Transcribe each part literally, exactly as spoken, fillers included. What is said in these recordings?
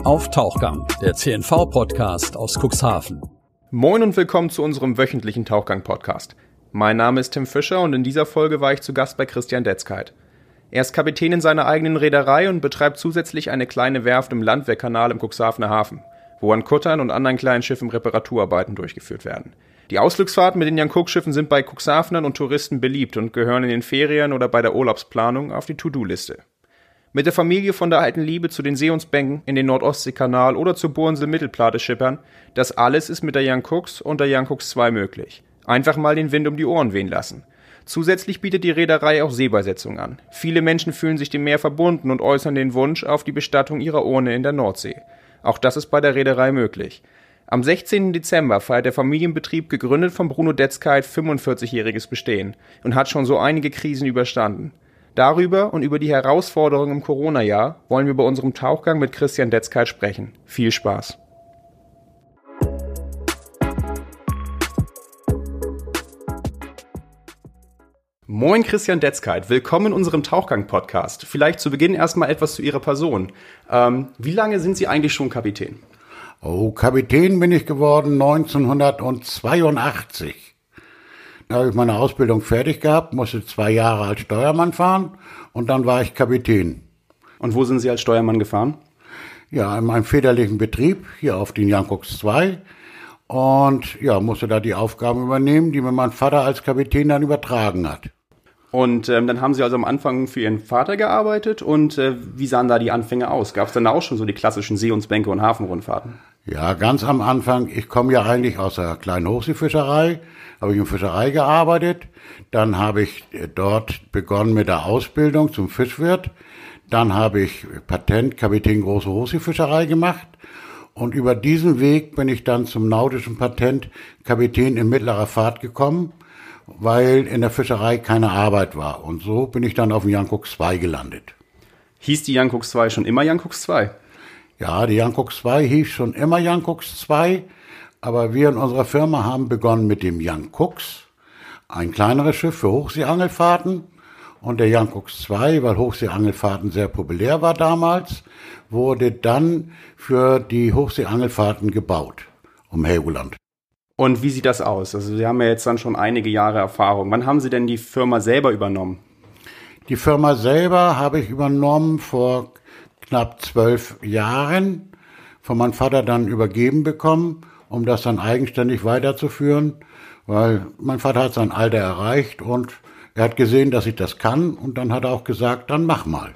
auf Tauchgang, der C N V-Podcast aus Cuxhaven. Moin und willkommen zu unserem wöchentlichen Tauchgang-Podcast. Mein Name ist Tim Fischer und in dieser Folge war ich zu Gast bei Christian Detzkeit. Er ist Kapitän in seiner eigenen Reederei und betreibt zusätzlich eine kleine Werft im Landwehrkanal im Cuxhavener Hafen, wo an Kuttern und anderen kleinen Schiffen Reparaturarbeiten durchgeführt werden. Die Ausflugsfahrten mit den Jan-Kuk-Schiffen sind bei Cuxhavenern und Touristen beliebt und gehören in den Ferien oder bei der Urlaubsplanung auf die To-Do-Liste. Mit der Familie von der alten Liebe zu den Seehundsbänken in den Nordostseekanal oder zur Bohnsel-Mittelplate schippern, das alles ist mit der Jan-Kuks und der Jan-Kuks zwei möglich. Einfach mal den Wind um die Ohren wehen lassen. Zusätzlich bietet die Reederei auch Seebeisetzung an. Viele Menschen fühlen sich dem Meer verbunden und äußern den Wunsch auf die Bestattung ihrer Urne in der Nordsee. Auch das ist bei der Reederei möglich. Am sechzehnten Dezember feiert der Familienbetrieb, gegründet von Bruno Detzkeit, fünfundvierzigjähriges Bestehen und hat schon so einige Krisen überstanden. Darüber und über die Herausforderungen im Corona-Jahr wollen wir bei unserem Tauchgang mit Christian Detzkeit sprechen. Viel Spaß! Moin Christian Detzkeit, willkommen in unserem Tauchgang-Podcast. Vielleicht zu Beginn erstmal etwas zu Ihrer Person. Ähm, wie lange sind Sie eigentlich schon Kapitän? Oh, Kapitän bin ich geworden neunzehnhundertzweiundachtzig. Da habe ich meine Ausbildung fertig gehabt, musste zwei Jahre als Steuermann fahren und dann war ich Kapitän. Und wo sind Sie als Steuermann gefahren? Ja, in meinem väterlichen Betrieb, hier auf den Jan-Kuks zwei. Und ja, musste da die Aufgaben übernehmen, die mir mein Vater als Kapitän dann übertragen hat. Und ähm, dann haben Sie also am Anfang für Ihren Vater gearbeitet. Und äh, wie sahen da die Anfänge aus? Gab es dann auch schon so die klassischen Seehundsbänke und Hafenrundfahrten? Ja, ganz am Anfang. Ich komme ja eigentlich aus der kleinen Hochseefischerei, habe ich in Fischerei gearbeitet. Dann habe ich dort begonnen mit der Ausbildung zum Fischwirt. Dann habe ich Patent Kapitän große Hochseefischerei gemacht. Und über diesen Weg bin ich dann zum nautischen Patent Kapitän in mittlerer Fahrt gekommen, weil in der Fischerei keine Arbeit war. Und so bin ich dann auf dem Jan-Kuks zwei gelandet. Hieß die Jan-Kuks zwei schon immer Jan-Kuks zwei? Ja, die Jan-Kuks zwei hieß schon immer Jan-Kuks zwei, aber wir in unserer Firma haben begonnen mit dem Jan-Kuks, ein kleineres Schiff für Hochseeangelfahrten, und der Jan-Kuks zwei, weil Hochseeangelfahrten sehr populär war damals, wurde dann für die Hochseeangelfahrten gebaut, um Helgoland. Und wie sieht das aus? Also Sie haben ja jetzt dann schon einige Jahre Erfahrung. Wann haben Sie denn die Firma selber übernommen? Die Firma selber habe ich übernommen vor knapp zwölf Jahren, von meinem Vater dann übergeben bekommen, um das dann eigenständig weiterzuführen, weil mein Vater hat sein Alter erreicht und er hat gesehen, dass ich das kann, und dann hat er auch gesagt, dann mach mal.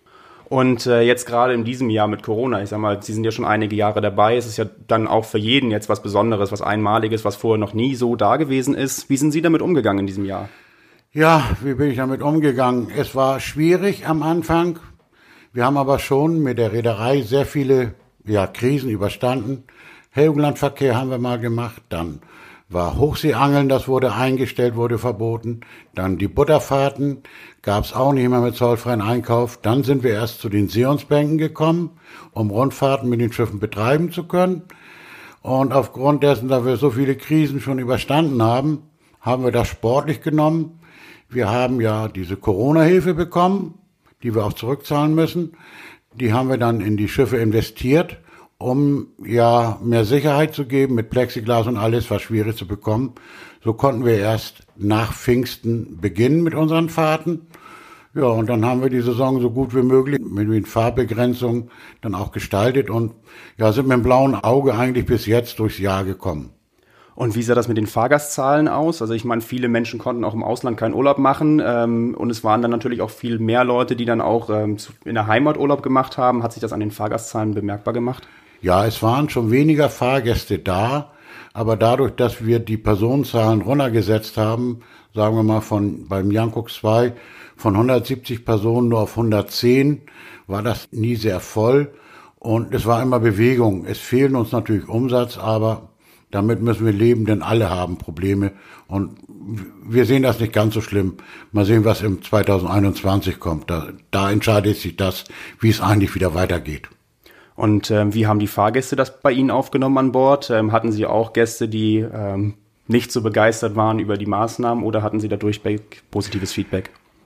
Und äh, jetzt gerade in diesem Jahr mit Corona, ich sag mal, Sie sind ja schon einige Jahre dabei, es ist ja dann auch für jeden jetzt was Besonderes, was Einmaliges, was vorher noch nie so da gewesen ist. Wie sind Sie damit umgegangen in diesem Jahr? Ja, wie bin ich damit umgegangen? Es war schwierig am Anfang. Wir haben aber schon mit der Reederei sehr viele ja, Krisen überstanden. Helgolandverkehr haben wir mal gemacht, dann war Hochseeangeln, das wurde eingestellt, wurde verboten. Dann die Butterfahrten gab es auch nicht mehr mit zollfreien Einkauf. Dann sind wir erst zu den Seehundsbänken gekommen, um Rundfahrten mit den Schiffen betreiben zu können. Und aufgrund dessen, dass wir so viele Krisen schon überstanden haben, haben wir das sportlich genommen. Wir haben ja diese Corona-Hilfe bekommen, die wir auch zurückzahlen müssen. Die haben wir dann in die Schiffe investiert, um ja mehr Sicherheit zu geben. Mit Plexiglas und alles war schwierig zu bekommen. So konnten wir erst nach Pfingsten beginnen mit unseren Fahrten. Ja, und dann haben wir die Saison so gut wie möglich mit den Fahrbegrenzungen dann auch gestaltet und ja, sind mit dem blauen Auge eigentlich bis jetzt durchs Jahr gekommen. Und wie sah das mit den Fahrgastzahlen aus? Also ich meine, viele Menschen konnten auch im Ausland keinen Urlaub machen ähm, und es waren dann natürlich auch viel mehr Leute, die dann auch ähm, in der Heimat Urlaub gemacht haben. Hat sich das an den Fahrgastzahlen bemerkbar gemacht? Ja, es waren schon weniger Fahrgäste da, aber dadurch, dass wir die Personenzahlen runtergesetzt haben, sagen wir mal von beim Jan-Kuks zwei von hundertsiebzig Personen nur auf hundertzehn, war das nie sehr voll und es war immer Bewegung. Es fehlen uns natürlich Umsatz, aber damit müssen wir leben, denn alle haben Probleme und wir sehen das nicht ganz so schlimm. Mal sehen, was im zweitausendeinundzwanzig kommt. Da, da entscheidet sich das, wie es eigentlich wieder weitergeht. Und ähm, wie haben die Fahrgäste das bei Ihnen aufgenommen an Bord? Ähm, hatten Sie auch Gäste, die ähm, nicht so begeistert waren über die Maßnahmen oder hatten Sie da durchweg positives Feedback?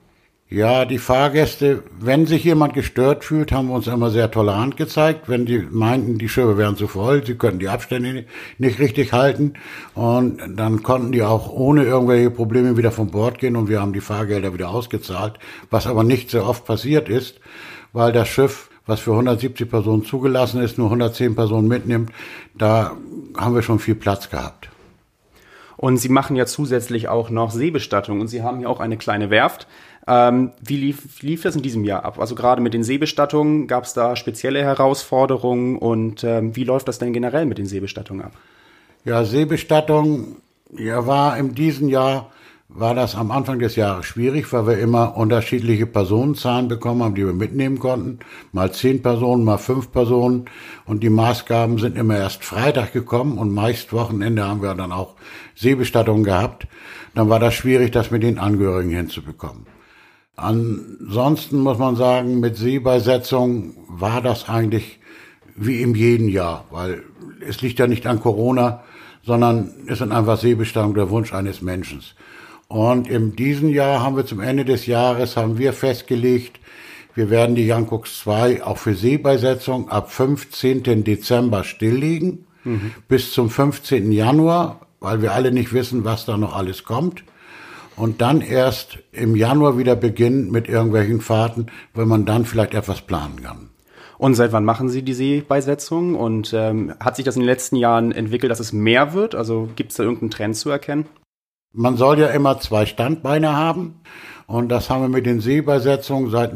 Ja, die Fahrgäste, wenn sich jemand gestört fühlt, haben wir uns immer sehr tolerant gezeigt. Wenn die meinten, die Schiffe wären zu voll, sie könnten die Abstände nicht richtig halten. Und dann konnten die auch ohne irgendwelche Probleme wieder von Bord gehen und wir haben die Fahrgelder wieder ausgezahlt. Was aber nicht sehr oft passiert ist, weil das Schiff, was für hundertsiebzig Personen zugelassen ist, nur hundertzehn Personen mitnimmt. Da haben wir schon viel Platz gehabt. Und Sie machen ja zusätzlich auch noch Seebestattung und Sie haben ja auch eine kleine Werft. Ähm, wie lief, lief das in diesem Jahr ab? Also gerade mit den Seebestattungen, gab es da spezielle Herausforderungen und ähm, wie läuft das denn generell mit den Seebestattungen ab? Ja, Seebestattung, ja, war in diesem Jahr, war das am Anfang des Jahres schwierig, weil wir immer unterschiedliche Personenzahlen bekommen haben, die wir mitnehmen konnten. Mal zehn Personen, mal fünf Personen. Und die Maßgaben sind immer erst Freitag gekommen und meist Wochenende haben wir dann auch Seebestattungen gehabt. Dann war das schwierig, das mit den Angehörigen hinzubekommen. Ansonsten muss man sagen, mit Seebeisetzung war das eigentlich wie in jedem Jahr, weil es liegt ja nicht an Corona, sondern es sind einfach Seebestattungen der Wunsch eines Menschen. Und in diesem Jahr haben wir zum Ende des Jahres haben wir festgelegt, wir werden die Jankuks zwei auch für Seebeisetzung ab fünfzehnten Dezember stilllegen, mhm. bis zum fünfzehnten Januar, weil wir alle nicht wissen, was da noch alles kommt. Und dann erst im Januar wieder beginnen mit irgendwelchen Fahrten, weil man dann vielleicht etwas planen kann. Und seit wann machen Sie die Seebeisetzung? Und ähm, hat sich das in den letzten Jahren entwickelt, dass es mehr wird? Also gibt es da irgendeinen Trend zu erkennen? Man soll ja immer zwei Standbeine haben. Und das haben wir mit den Seebeisetzungen seit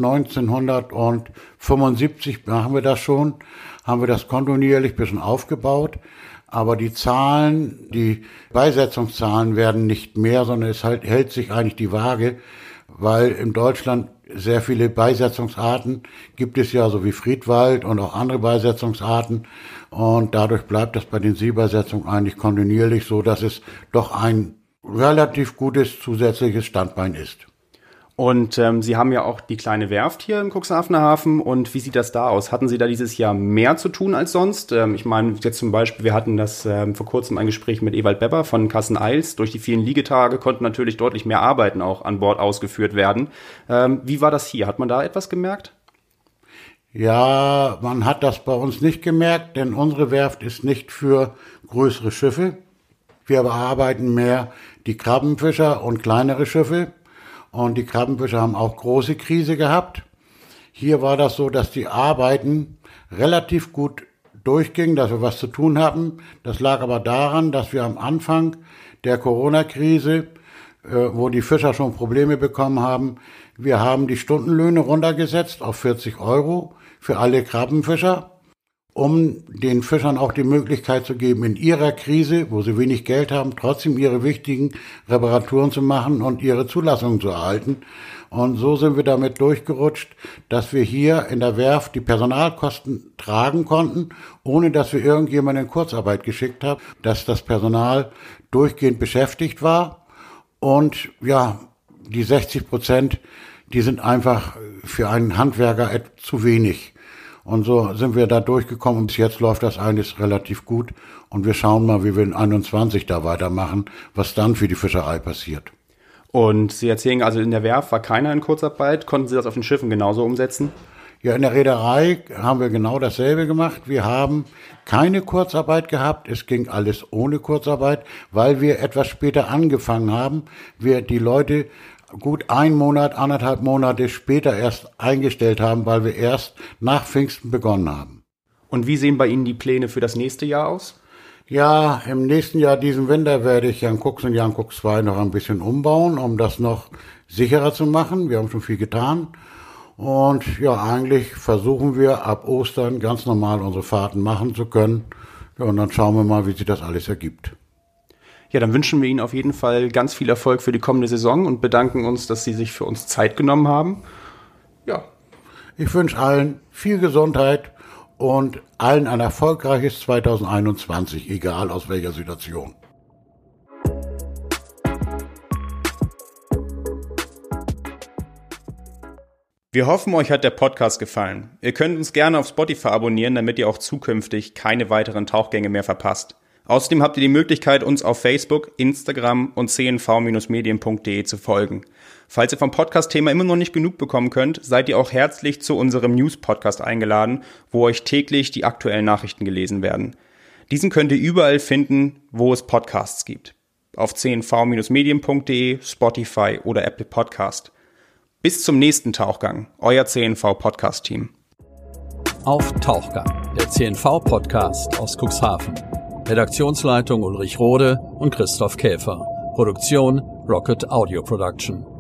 neunzehnhundertfünfundsiebzig machen wir das schon, haben wir das kontinuierlich ein bisschen aufgebaut. Aber die Zahlen, die Beisetzungszahlen werden nicht mehr, sondern es halt, hält sich eigentlich die Waage, weil in Deutschland sehr viele Beisetzungsarten gibt es ja, so wie Friedwald und auch andere Beisetzungsarten. Und dadurch bleibt das bei den Seebeisetzungen eigentlich kontinuierlich so, dass es doch ein relativ gutes zusätzliches Standbein ist. Und ähm, Sie haben ja auch die kleine Werft hier im Cuxhavener Hafen. Und wie sieht das da aus? Hatten Sie da dieses Jahr mehr zu tun als sonst? Ähm, ich meine, jetzt zum Beispiel, wir hatten das ähm, vor kurzem ein Gespräch mit Ewald Bebber von Kassen-Eils. Durch die vielen Liegetage konnten natürlich deutlich mehr Arbeiten auch an Bord ausgeführt werden. Ähm, wie war das hier? Hat man da etwas gemerkt? Ja, man hat das bei uns nicht gemerkt, denn unsere Werft ist nicht für größere Schiffe. Wir bearbeiten mehr die Krabbenfischer und kleinere Schiffe. Und die Krabbenfischer haben auch große Krise gehabt. Hier war das so, dass die Arbeiten relativ gut durchgingen, dass wir was zu tun hatten. Das lag aber daran, dass wir am Anfang der Corona-Krise, äh, wo die Fischer schon Probleme bekommen haben, wir haben die Stundenlöhne runtergesetzt auf vierzig Euro für alle Krabbenfischer, um den Fischern auch die Möglichkeit zu geben, in ihrer Krise, wo sie wenig Geld haben, trotzdem ihre wichtigen Reparaturen zu machen und ihre Zulassung zu erhalten. Und so sind wir damit durchgerutscht, dass wir hier in der Werft die Personalkosten tragen konnten, ohne dass wir irgendjemanden in Kurzarbeit geschickt haben, dass das Personal durchgehend beschäftigt war. Und ja, die sechzig Prozent, die sind einfach für einen Handwerker zu wenig. Und so sind wir da durchgekommen und bis jetzt läuft das eigentlich relativ gut. Und wir schauen mal, wie wir in einundzwanzig da weitermachen, was dann für die Fischerei passiert. Und Sie erzählen also, in der Werft war keiner in Kurzarbeit. Konnten Sie das auf den Schiffen genauso umsetzen? Ja, in der Reederei haben wir genau dasselbe gemacht. Wir haben keine Kurzarbeit gehabt. Es ging alles ohne Kurzarbeit, weil wir etwas später angefangen haben. Wir die Leute gut ein Monat, anderthalb Monate später erst eingestellt haben, weil wir erst nach Pfingsten begonnen haben. Und wie sehen bei Ihnen die Pläne für das nächste Jahr aus? Ja, im nächsten Jahr, diesen Winter, werde ich Jankuks und Jankuks zwei noch ein bisschen umbauen, um das noch sicherer zu machen. Wir haben schon viel getan. Und ja, eigentlich versuchen wir ab Ostern ganz normal unsere Fahrten machen zu können. Ja, und dann schauen wir mal, wie sich das alles ergibt. Ja, dann wünschen wir Ihnen auf jeden Fall ganz viel Erfolg für die kommende Saison und bedanken uns, dass Sie sich für uns Zeit genommen haben. Ja. Ich wünsche allen viel Gesundheit und allen ein erfolgreiches zwanzig einundzwanzig, egal aus welcher Situation. Wir hoffen, euch hat der Podcast gefallen. Ihr könnt uns gerne auf Spotify abonnieren, damit ihr auch zukünftig keine weiteren Tauchgänge mehr verpasst. Außerdem habt ihr die Möglichkeit, uns auf Facebook, Instagram und c n v medien punkt d e zu folgen. Falls ihr vom Podcast-Thema immer noch nicht genug bekommen könnt, seid ihr auch herzlich zu unserem News-Podcast eingeladen, wo euch täglich die aktuellen Nachrichten gelesen werden. Diesen könnt ihr überall finden, wo es Podcasts gibt. Auf c n v medien punkt d e, Spotify oder Apple Podcast. Bis zum nächsten Tauchgang, euer C N V-Podcast-Team. Auf Tauchgang, der C N V-Podcast aus Cuxhaven. Redaktionsleitung Ulrich Rode und Christoph Käfer. Produktion Rocket Audio Production.